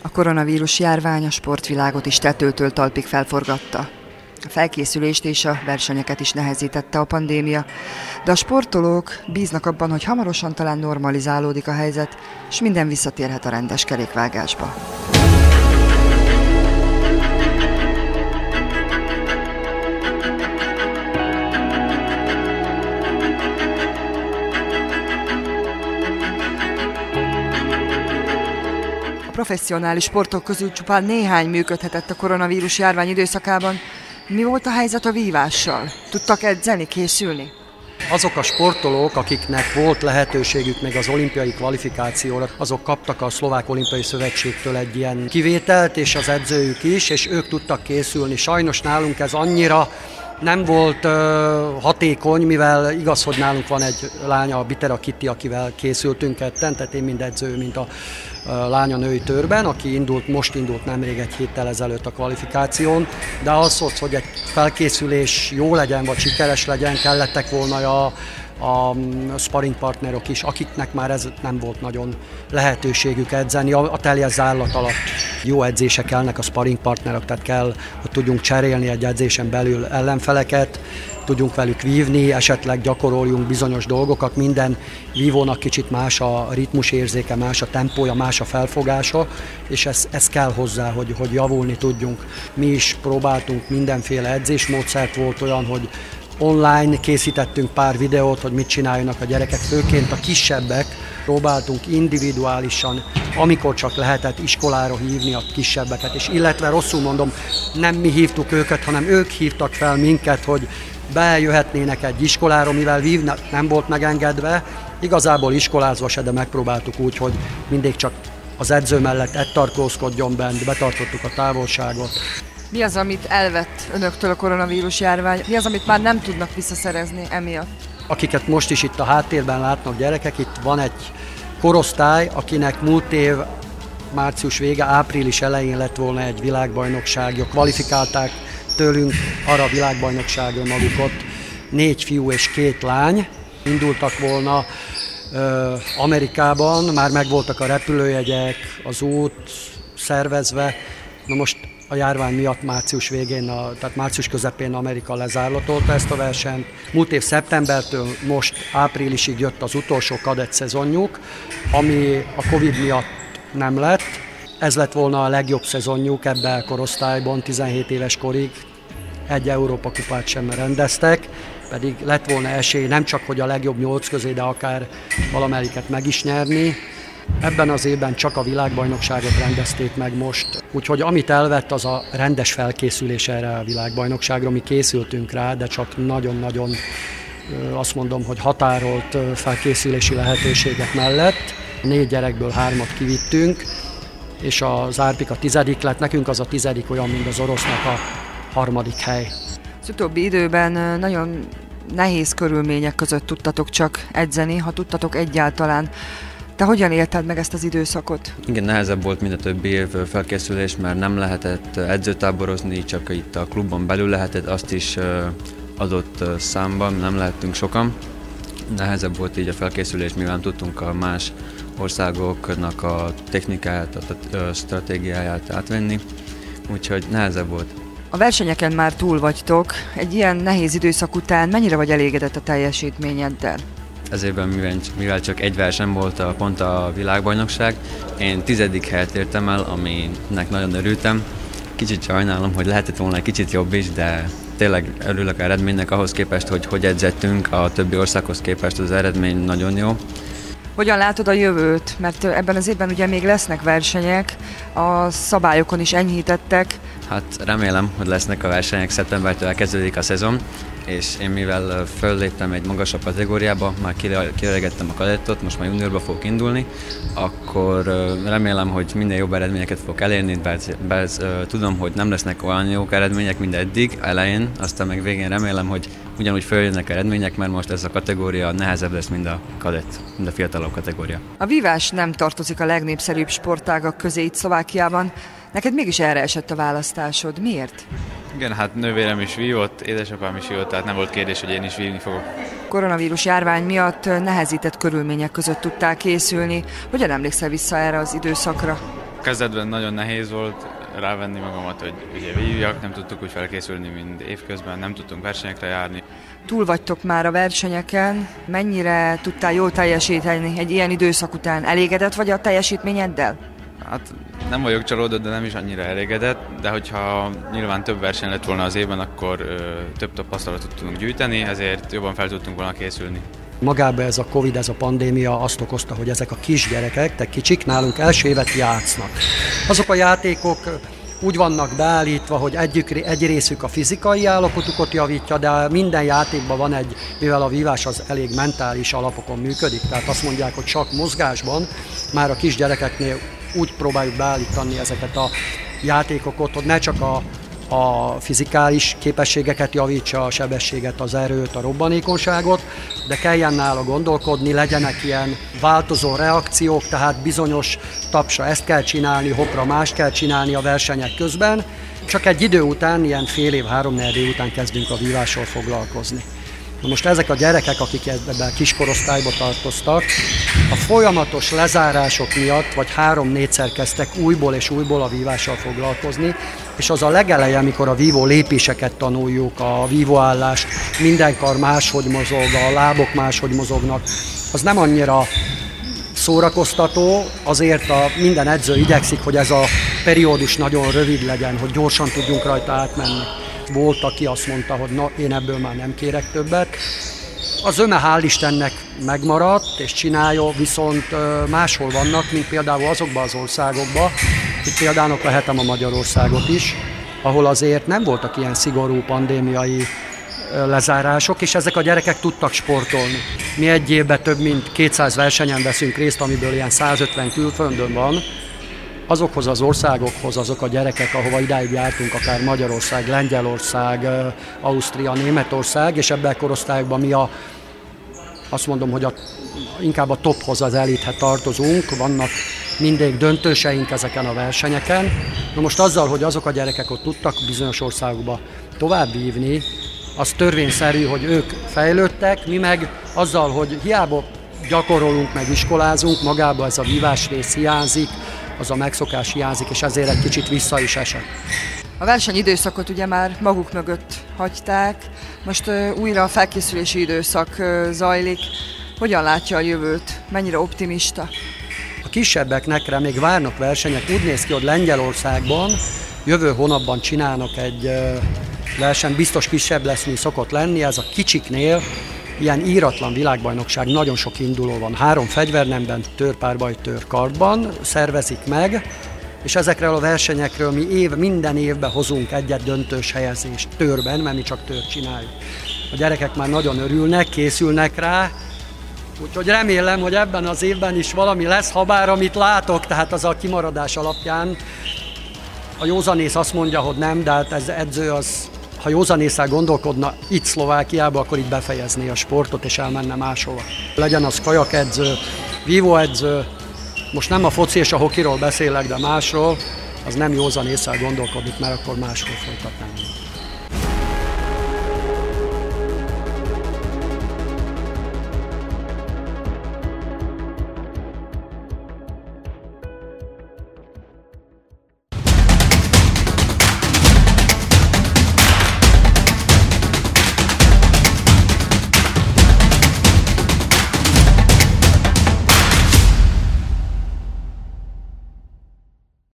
A koronavírus járvány a sportvilágot is tetőtől talpig felforgatta. A felkészülést és a versenyeket is nehezítette a pandémia, de a sportolók bíznak abban, hogy hamarosan talán normalizálódik a helyzet, és minden visszatérhet a rendes kerékvágásba. A professzionális sportok közül csupán néhány működhetett a koronavírus járvány időszakában. Mi volt a helyzet a vívással? Tudtak edzeni, készülni? Azok a sportolók, akiknek volt lehetőségük még az olimpiai kvalifikációra, azok kaptak a Szlovák Olimpiai Szövetségtől egy ilyen kivételt, és az edzőjük is, és ők tudtak készülni. Sajnos nálunk ez annyira nem volt hatékony, mivel igaz, hogy nálunk van egy lánya, a Bitera Kitty, akivel készültünk ketten, tehát én mind edző, mint a lánya női törben, aki most indult nemrég egy héttel ezelőtt a kvalifikáción, de az, hogy egy felkészülés jó legyen, vagy sikeres legyen, kellettek volna a sparring partnerok is, akiknek már ez nem volt nagyon lehetőségük edzeni. A teljes zárlat alatt jó edzések kellnek a sparring partnerok, tehát kell, hogy tudjunk cserélni egy edzésen belül ellenfeleket, tudjunk velük vívni, esetleg gyakoroljunk bizonyos dolgokat, minden vívónak kicsit más a ritmusérzéke, más a tempója, más a felfogása, és ez kell hozzá, hogy javulni tudjunk. Mi is próbáltunk mindenféle edzésmódszert, volt olyan, hogy online készítettünk pár videót, hogy mit csináljanak a gyerekek, főként a kisebbek, próbáltunk individuálisan, amikor csak lehetett iskolára hívni a kisebbeket, és illetve rosszul mondom, nem mi hívtuk őket, hanem ők hívtak fel minket, hogy bejöhetnének egy iskolára, mivel vívni nem volt megengedve, igazából iskolázva se, de megpróbáltuk úgy, hogy mindig csak az edző mellett tartózkodjon bent, betartottuk a távolságot. Mi az, amit elvett önöktől a koronavírus járvány? Mi az, amit már nem tudnak visszaszerezni emiatt? Akiket most is itt a háttérben látnak gyerekek, itt van egy korosztály, akinek múlt év március vége, április elején lett volna egy világbajnokságja, kvalifikálták tőlünk arra a világbajnokságra magukat, 4 fiú és 2 lány indultak volna Amerikában, már megvoltak a repülőjegyek, az út szervezve, na most a járvány miatt március végén, tehát március közepén Amerika lezárlatolta ezt a versenyt. Múlt év szeptembertől most áprilisig jött az utolsó kadett szezonjuk, ami a Covid miatt nem lett. Ez lett volna a legjobb szezonjuk ebben a korosztályban, 17 éves korig. Egy Európa kupát sem rendeztek, pedig lett volna esély nem csak, hogy a legjobb 8 közé, de akár valamelyiket meg is nyerni. Ebben az évben csak a világbajnokságot rendezték meg most, úgyhogy amit elvett, az a rendes felkészülés erre a világbajnokságra. Mi készültünk rá, de csak nagyon-nagyon azt mondom, hogy határolt felkészülési lehetőségek mellett. 4 gyerekből 3-at kivittünk, és az Árpika 10. lett, nekünk az a 10. olyan, mint az orosznak a 3. hely. Az utóbbi időben nagyon nehéz körülmények között tudtatok csak edzeni, ha tudtatok egyáltalán. Te hogyan élted meg ezt az időszakot? Igen, nehezebb volt, mint a többi év felkészülés, mert nem lehetett edzőtáborozni, csak itt a klubban belül lehetett, azt is adott számban, nem lehettünk sokan. Nehezebb volt így a felkészülés, mivel nem tudtunk a más országoknak a technikáját, a stratégiáját átvenni, úgyhogy nehezebb volt. A versenyeken már túl vagytok. Egy ilyen nehéz időszak után mennyire vagy elégedett a teljesítményeddel? Ez évben, mivel csak egy verseny volt pont a világbajnokság, én 10. helyet értem el, aminek nagyon örültem. Kicsit sajnálom, hogy lehetett volna egy kicsit jobb is, de tényleg örülök az eredménynek ahhoz képest, hogy edzettünk, a többi országhoz képest az eredmény nagyon jó. Hogyan látod a jövőt? Mert ebben az évben ugye még lesznek versenyek, a szabályokon is enyhítettek. Hát remélem, hogy lesznek a versenyek, szeptembertől elkezdődik a szezon, és én mivel fölléptem egy magasabb kategóriába, már kielegettem a kadettot, most már juniorba fogok indulni, akkor remélem, hogy minél jobb eredményeket fogok elérni, bár tudom, hogy nem lesznek olyan jók eredmények, mint eddig elején, aztán meg végén remélem, hogy ugyanúgy följönnek eredmények, mert most ez a kategória nehezebb lesz, mint a kadett, mint a fiatalabb kategória. A vívás nem tartozik a legnépszerűbb sportágak közé itt Szlovákiában. Neked mégis erre esett a választásod. Miért? Igen, hát nővérem is vívott, édesapám is vívott, tehát nem volt kérdés, hogy én is vívni fogok. Koronavírus járvány miatt nehezített körülmények között tudtál készülni. Hogyan emlékszel vissza erre az időszakra? Kezdetben nagyon nehéz volt rávenni magamat, hogy ugye vívjak, nem tudtuk úgy felkészülni, mint évközben, nem tudtunk versenyekre járni. Túl vagytok már a versenyeken, mennyire tudtál jól teljesíteni egy ilyen időszak után? Elégedett vagy a teljesítményeddel? Hát nem vagyok csalódott, de nem is annyira elégedett, de hogyha nyilván több verseny lett volna az évben, akkor több tapasztalatot tudunk gyűjteni, ezért jobban fel tudtunk volna készülni. Magában ez a Covid, ez a pandémia azt okozta, hogy ezek a kisgyerekek, tehát kicsik nálunk első évet játsznak. Azok a játékok úgy vannak beállítva, hogy egy részük a fizikai állapotukat javítja, de minden játékban van mivel a vívás az elég mentális alapokon működik, tehát azt mondják, hogy csak mozgásban már a kisgyerekeknél úgy próbáljuk beállítani ezeket a játékokat, hogy ne csak a fizikális képességeket javítsa, a sebességet, az erőt, a robbanékonyságot, de kelljen nála gondolkodni, legyenek ilyen változó reakciók, tehát bizonyos tapsa ezt kell csinálni, hoppra mást kell csinálni a versenyek közben. Csak egy idő után, ilyen fél év, 3-4 év után kezdünk a vívással foglalkozni. Na most ezek a gyerekek, akik ebben a kiskorosztályba tartoztak, a folyamatos lezárások miatt, vagy 3-4-szer kezdtek újból és újból a vívással foglalkozni, és az a legeleje, amikor a vívó lépéseket tanuljuk, a vívóállást, minden kar máshogy mozog, a lábok máshogy mozognak, az nem annyira szórakoztató, azért minden edző igyekszik, hogy ez a periódus nagyon rövid legyen, hogy gyorsan tudjunk rajta átmenni. Volt, aki azt mondta, hogy na, én ebből már nem kérek többet. Az öme hál' Istennek megmaradt és csinálja, viszont máshol vannak, mint például azokban az országokban, itt például vehetem a Magyarországot is, ahol azért nem voltak ilyen szigorú pandémiai lezárások, és ezek a gyerekek tudtak sportolni. Mi egy évben több mint 200 versenyen veszünk részt, amiből ilyen 150 külföldön van. Azokhoz az országokhoz, azok a gyerekek, ahova idáig jártunk, akár Magyarország, Lengyelország, Ausztria, Németország, és ebben a korosztályokban mi azt mondom, hogy inkább a tophoz, az elithez tartozunk, vannak mindig döntőseink ezeken a versenyeken. Na most azzal, hogy azok a gyerekek ott tudtak bizonyos országokba tovább vívni, az törvényszerű, hogy ők fejlődtek, mi meg azzal, hogy hiába gyakorolunk, meg iskolázunk, magába ez a vívás rész hiányzik, az a megszokás hiányzik, és ezért egy kicsit vissza is esett. A versenyidőszakot ugye már maguk mögött hagyták, most újra a felkészülési időszak zajlik. Hogyan látja a jövőt? Mennyire optimista? A kisebbeknek még várnak versenyek. Úgy néz ki, hogy Lengyelországban jövő hónapban csinálnak egy verseny, biztos kisebb lesz, mint szokott lenni, ez a kicsiknél ilyen íratlan világbajnokság, nagyon sok induló van, 3 fegyvernemben, törpárbaj, törkardban szervezik meg, és ezekről a versenyekről mi minden évben hozunk egyet döntős helyezést törben, mert mi csak tört csináljuk. A gyerekek már nagyon örülnek, készülnek rá, úgyhogy remélem, hogy ebben az évben is valami lesz, habár amit látok, tehát az a kimaradás alapján. A józanész azt mondja, hogy nem, de hát ez edző az, ha józanésszel gondolkodna itt Szlovákiában, akkor itt befejezné a sportot és elmenne máshova. Legyen az kajakedző, vívóedző, most nem a foci és a hokiról beszélek, de másról, az nem józanésszel gondolkodik, mert akkor máshol folytatnám.